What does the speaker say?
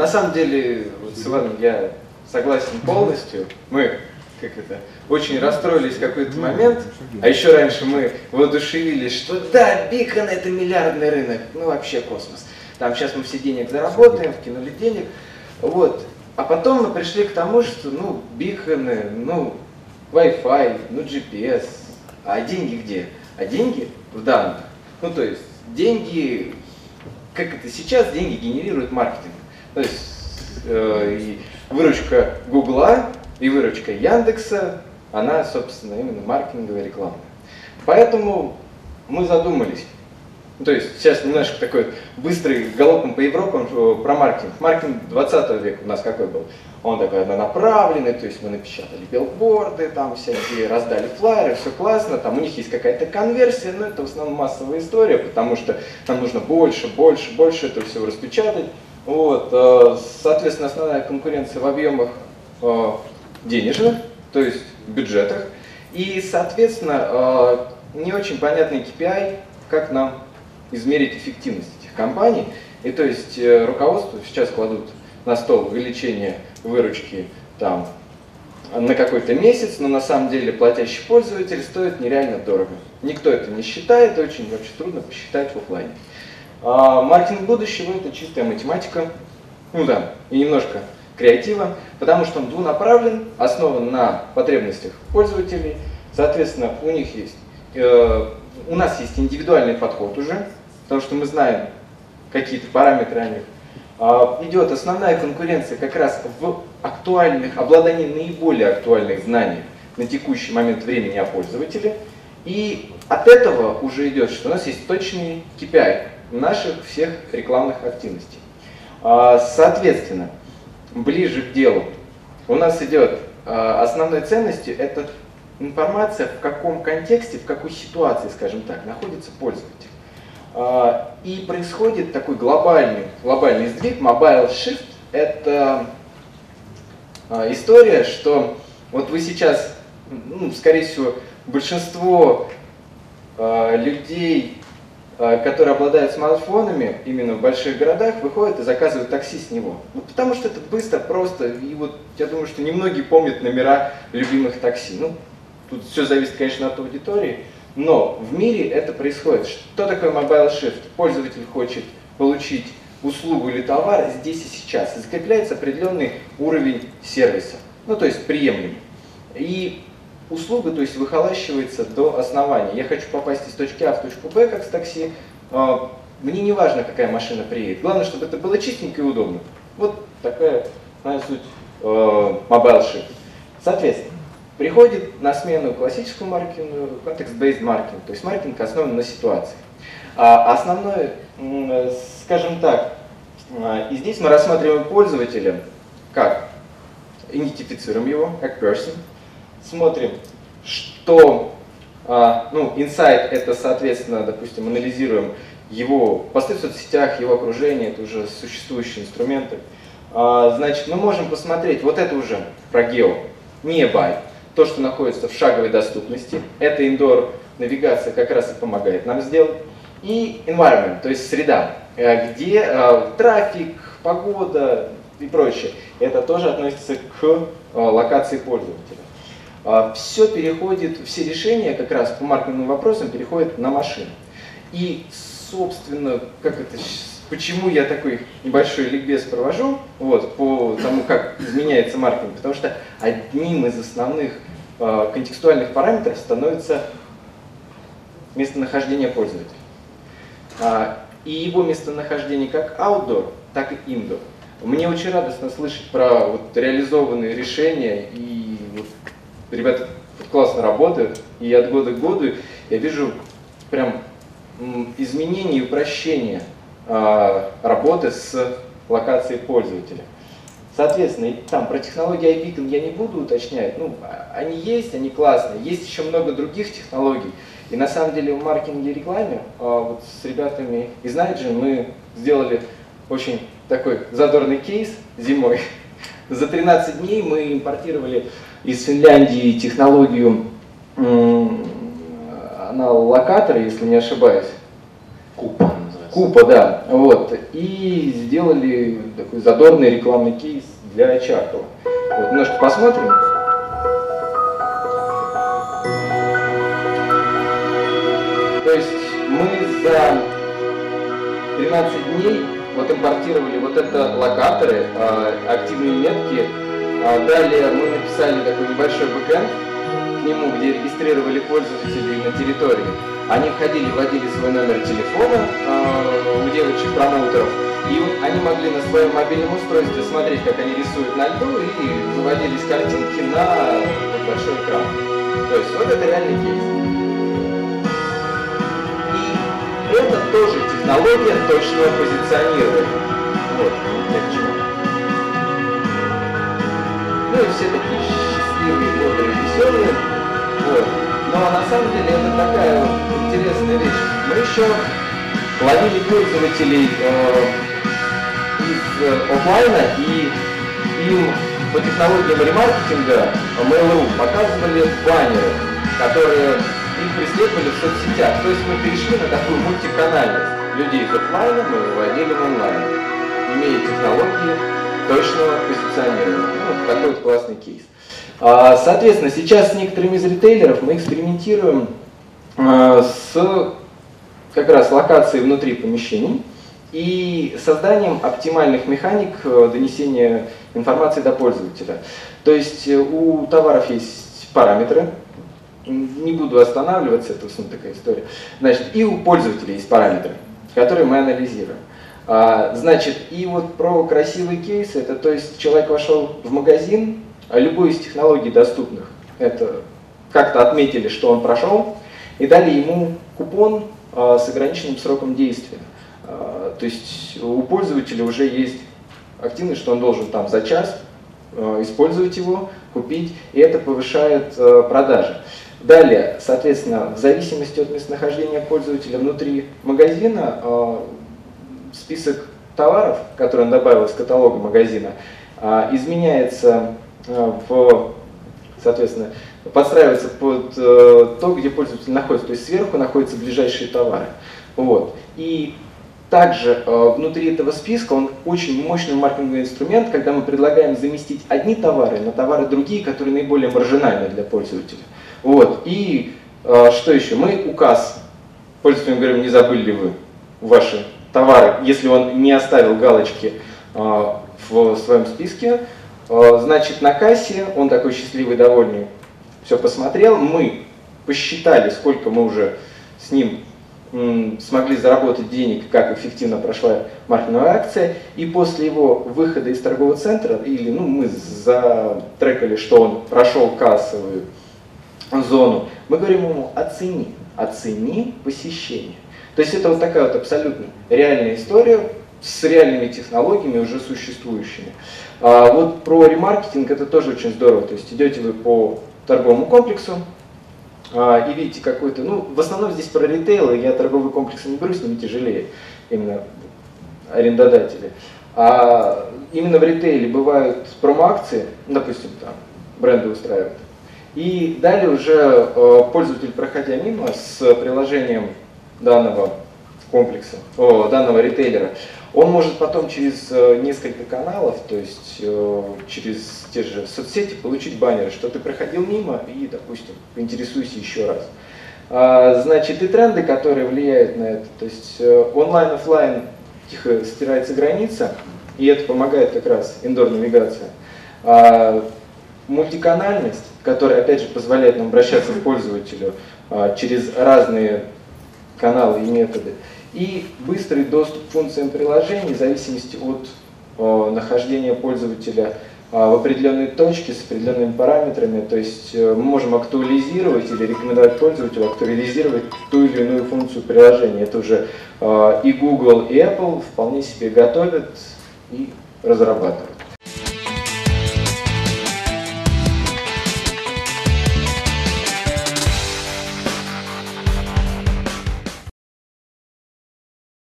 на самом деле, вот с Иваном я согласен полностью. Мы очень расстроились в какой-то момент, а еще раньше мы воодушевились, что да, бикон это миллиардный рынок, ну вообще космос. Там сейчас мы все денег заработаем, вкинули денег, вот. А потом мы пришли к тому, что ну биконы, ну Wi-Fi, ну GPS, а деньги где? А деньги в данных. Ну то есть деньги, как это сейчас, деньги генерирует маркетинг. То есть и выручка Гугла и выручка Яндекса, она, собственно, именно маркетинговая, рекламная. Поэтому мы задумались. То есть сейчас немножко такой быстрый галопом по Европам про маркетинг. Маркетинг 20 века у нас какой был? Он такой однонаправленный, то есть мы напечатали билборды, там всякие, раздали флайеры, все классно, там у них есть какая-то конверсия, но это в основном массовая история, потому что нам нужно больше этого всего распечатать. Вот, соответственно, основная конкуренция в объемах денежных, то есть в бюджетах, и, соответственно, не очень понятный KPI, как нам измерить эффективность этих компаний. И то есть руководство сейчас кладут на стол увеличение выручки там, на какой-то месяц, но на самом деле платящий пользователь стоит нереально дорого. Никто это не считает, очень вообще трудно посчитать в офлайне. Маркетинг будущего – это чистая математика, ну да, и немножко креатива, потому что он двунаправлен, основан на потребностях пользователей. Соответственно, у нас есть индивидуальный подход уже, потому что мы знаем какие-то параметры о них. Идет основная конкуренция как раз в обладании наиболее актуальных знаний на текущий момент времени о пользователе. И от этого уже идет, что у нас есть точный KPI наших всех рекламных активностей. Соответственно, ближе к делу у нас идет основной ценностью, это информация, в каком контексте, в какой ситуации, скажем так, находится пользователь. И происходит такой глобальный сдвиг, mobile shift. Это история, что вот вы сейчас, скорее всего, большинство людей, которые обладают смартфонами, именно в больших городах, выходят и заказывают такси с него. Ну, потому что это быстро, просто, и вот я думаю, что немногие помнят номера любимых такси. Ну, тут все зависит, конечно, от аудитории, но в мире это происходит. Что такое mobile shift? Пользователь хочет получить услугу или товар здесь и сейчас, и закрепляется определенный уровень сервиса, ну, то есть приемлемый. И услуга, то есть, выхолащивается до основания. Я хочу попасть из точки А в точку Б, как с такси. Мне не важно, какая машина приедет. Главное, чтобы это было чистенько и удобно. Вот такая, наверное, суть mobile shift. Соответственно, приходит на смену классическому маркетингу context-based маркетинг, то есть маркетинг основан на ситуации. Основной, скажем так, и здесь мы рассматриваем пользователя как, идентифицируем его как person, смотрим, что, insight это, соответственно, допустим, анализируем его посты в соцсетях, его окружение, это уже существующие инструменты. Значит, мы можем посмотреть, вот это уже про гео, nearby, то, что находится в шаговой доступности, это indoor навигация как раз и помогает нам сделать, и environment, то есть среда, где трафик, погода и прочее, это тоже относится к локации пользователя. Все решения как раз по маркетинговым вопросам переходят на машину. И, собственно, почему я такой небольшой ликбез провожу, вот, по тому, как изменяется маркетинг, потому что одним из основных контекстуальных параметров становится местонахождение пользователя. И его местонахождение как outdoor, так и indoor. Мне очень радостно слышать про реализованные решения, и ребята классно работают, и от года к году я вижу прям изменение и упрощение работы с локацией пользователя. Соответственно, там про технологии iBeacon я не буду уточнять, они есть, они классные, есть еще много других технологий. И на самом деле в маркетинге и рекламе с ребятами из Найджи мы сделали очень такой задорный кейс зимой. За 13 дней мы импортировали из Финляндии технологию, она локатора, если не ошибаюсь. Купан называется. Купа, да. Вот. И сделали такой задорный рекламный кейс для Очакова. Вот, немножко посмотрим. То есть мы за 13 дней вот импортировали вот это локаторы, активные метки. Далее мы написали такой небольшой бэкэнд к нему, где регистрировали пользователей на территории. Они входили, вводили свой номер телефона у девочек-промоутеров, и они могли на своем мобильном устройстве смотреть, как они рисуют на льду, и выводились картинки на большой экран. То есть вот это реальный кейс. И это тоже технология точного позиционирования. Вот, для чего. Ну и все такие счастливые, бодрые, веселые. Вот. Но на самом деле это такая вот интересная вещь. Мы еще ловили пользователей из офлайна, и им по технологиям ремаркетинга Mail.ru показывали баннеры, которые их преследовали в соцсетях. То есть мы перешли на такую мультиканальность. Людей из офлайна мы выводили в онлайн, имея технологии точного позиционирования. Ну, вот такой вот классный кейс. Соответственно, сейчас с некоторыми из ритейлеров мы экспериментируем с как раз локацией внутри помещений и созданием оптимальных механик донесения информации до пользователя. То есть у товаров есть параметры, не буду останавливаться, это такая история. Значит, и у пользователя есть параметры, которые мы анализируем. Значит, и вот про красивые кейсы, это то есть человек вошел в магазин, любой из технологий доступных, это как-то отметили, что он прошел, и дали ему купон с ограниченным сроком действия. То есть у пользователя уже есть активность, что он должен там за час использовать его, купить, и это повышает продажи. Далее, соответственно, в зависимости от местонахождения пользователя внутри магазина, список товаров, который он добавил из каталога магазина, изменяется соответственно, подстраивается под то, где пользователь находится. То есть сверху находятся ближайшие товары. Вот. И также внутри этого списка он очень мощный маркетинговый инструмент, когда мы предлагаем заместить одни товары на товары другие, которые наиболее маржинальны для пользователя. Вот. И что еще? Мы указ пользователям говорим, не забыли ли вы ваши товары, если он не оставил галочки в своем списке. Значит, на кассе он такой счастливый, довольный, все посмотрел. Мы посчитали, сколько мы уже с ним смогли заработать денег, как эффективно прошла маркетинговая акция. И после его выхода из торгового центра, или мы затрекали, что он прошел кассовую зону, мы говорим ему, оцени посещение. То есть это вот такая вот абсолютно реальная история с реальными технологиями, уже существующими. Вот про ремаркетинг это тоже очень здорово. То есть идете вы по торговому комплексу и видите какой-то, в основном здесь про ритейл, и я торговый комплекс не беру, с ними тяжелее, именно арендодатели. А именно в ритейле бывают промо-акции, допустим, там бренды устраивают. И далее уже пользователь, проходя мимо с приложением данного комплекса, данного ритейлера, он может потом через несколько каналов, то есть через те же соцсети получить баннеры, что ты проходил мимо и, допустим, поинтересуйся еще раз. Значит, и тренды, которые влияют на это, то есть онлайн-офлайн тихо стирается граница, и это помогает как раз индор-навигация. Мультиканальность, которая, опять же, позволяет нам обращаться к пользователю через разные каналы и методы. И быстрый доступ к функциям приложений в зависимости от нахождения пользователя в определенной точке с определенными параметрами. То есть мы можем актуализировать или рекомендовать пользователю актуализировать ту или иную функцию приложения. Это уже и Google, и Apple вполне себе готовят и разрабатывают.